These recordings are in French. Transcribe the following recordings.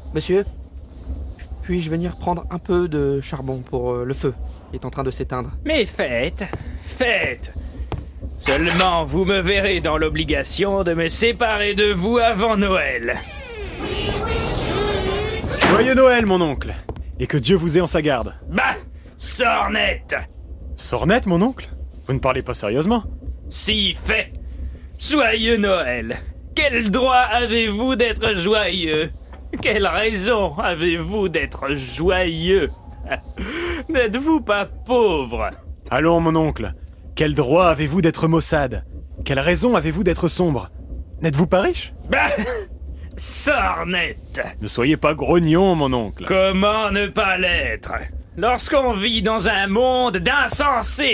Monsieur, puis-je venir prendre un peu de charbon pour le feu qui est en train de s'éteindre? Mais faites. Seulement, vous me verrez dans l'obligation de me séparer de vous avant Noël. Joyeux Noël, mon oncle! Et que Dieu vous ait en sa garde. Bah, sornette! Sornette, mon oncle? Vous ne parlez pas sérieusement? Si fait! Joyeux Noël! Quel droit avez-vous d'être joyeux? Quelle raison avez-vous d'être joyeux? N'êtes-vous pas pauvre? Allons, mon oncle. Quel droit avez-vous d'être maussade? Quelle raison avez-vous d'être sombre? N'êtes-vous pas riche? Bah, sornette! Ne soyez pas grognon, mon oncle. Comment ne pas l'être? Lorsqu'on vit dans un monde d'insensés!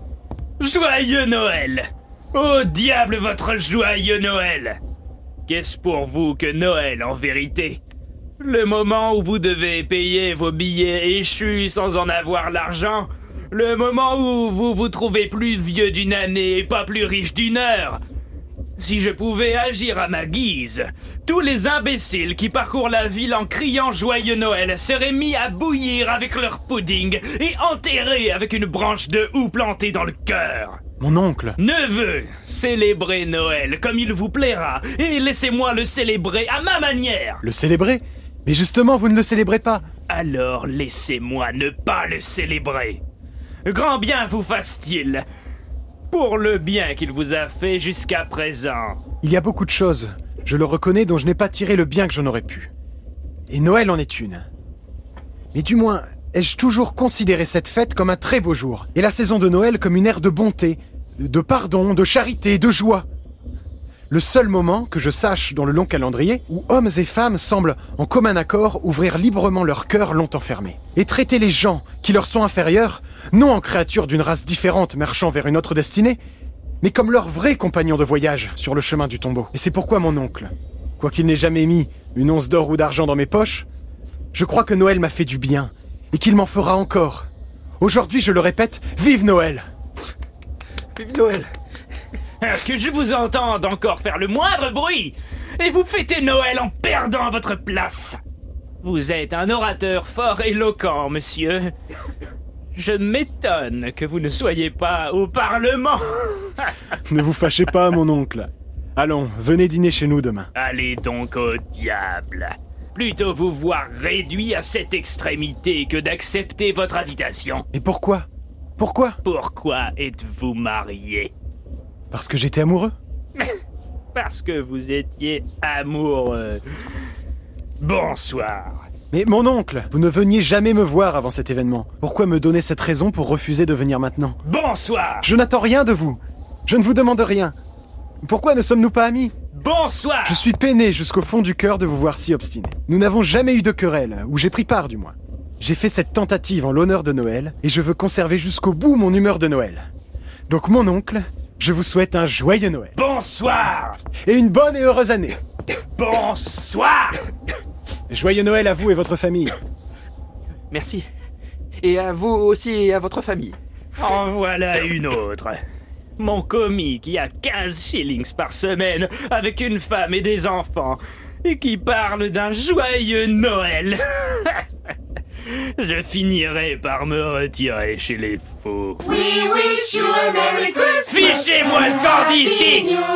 Joyeux Noël! Au diable votre joyeux Noël! Qu'est-ce pour vous que Noël en vérité? Le moment où vous devez payer vos billets échus sans en avoir l'argent? Le moment où vous vous trouvez plus vieux d'une année et pas plus riche d'une heure? Si je pouvais agir à ma guise, tous les imbéciles qui parcourent la ville en criant Joyeux Noël seraient mis à bouillir avec leur pudding et enterrés avec une branche de houx plantée dans le cœur. Mon oncle. Neveu, célébrez Noël comme il vous plaira et laissez-moi le célébrer à ma manière. Le célébrer? Mais justement, vous ne le célébrez pas. Alors laissez-moi ne pas le célébrer. Grand bien vous fasse-t-il, pour le bien qu'il vous a fait jusqu'à présent. Il y a beaucoup de choses, je le reconnais, dont je n'ai pas tiré le bien que j'en aurais pu. Et Noël en est une. Mais du moins, ai-je toujours considéré cette fête comme un très beau jour, et la saison de Noël comme une ère de bonté, de pardon, de charité, de joie. Le seul moment, que je sache dans le long calendrier, où hommes et femmes semblent, en commun accord, ouvrir librement leur cœur longtemps fermé, et traiter les gens qui leur sont inférieurs, non en créatures d'une race différente marchant vers une autre destinée, mais comme leurs vrais compagnons de voyage sur le chemin du tombeau. Et c'est pourquoi mon oncle, quoiqu'il n'ait jamais mis une once d'or ou d'argent dans mes poches, je crois que Noël m'a fait du bien, et qu'il m'en fera encore. Aujourd'hui, je le répète, vive Noël! Vive Noël! Que je vous entende encore faire le moindre bruit, et vous fêtez Noël en perdant votre place. Vous êtes un orateur fort éloquent, monsieur. Je m'étonne que vous ne soyez pas au Parlement. Ne vous fâchez pas, mon oncle. Allons, venez dîner chez nous demain. Allez donc au diable. Plutôt vous voir réduit à cette extrémité que d'accepter votre invitation. Et pourquoi? Pourquoi? Pourquoi êtes-vous marié? Parce que j'étais amoureux. Parce que vous étiez amoureux. Bonsoir. Mais mon oncle, vous ne veniez jamais me voir avant cet événement. Pourquoi me donner cette raison pour refuser de venir maintenant? Bonsoir. Je n'attends rien de vous. Je ne vous demande rien. Pourquoi ne sommes-nous pas amis? Bonsoir. Je suis peiné jusqu'au fond du cœur de vous voir si obstiné. Nous n'avons jamais eu de querelle, ou j'ai pris part du moins. J'ai fait cette tentative en l'honneur de Noël, et je veux conserver jusqu'au bout mon humeur de Noël. Donc mon oncle, je vous souhaite un joyeux Noël. Bonsoir. Et une bonne et heureuse année. Bonsoir. Joyeux Noël à vous et votre famille. Merci. Et à vous aussi et à votre famille. En voilà une autre. Mon commis qui a 15 shillings par semaine avec une femme et des enfants et qui parle d'un joyeux Noël. Je finirai par me retirer chez les fous. We wish you a Merry Christmas. Fichez-moi le camp d'ici.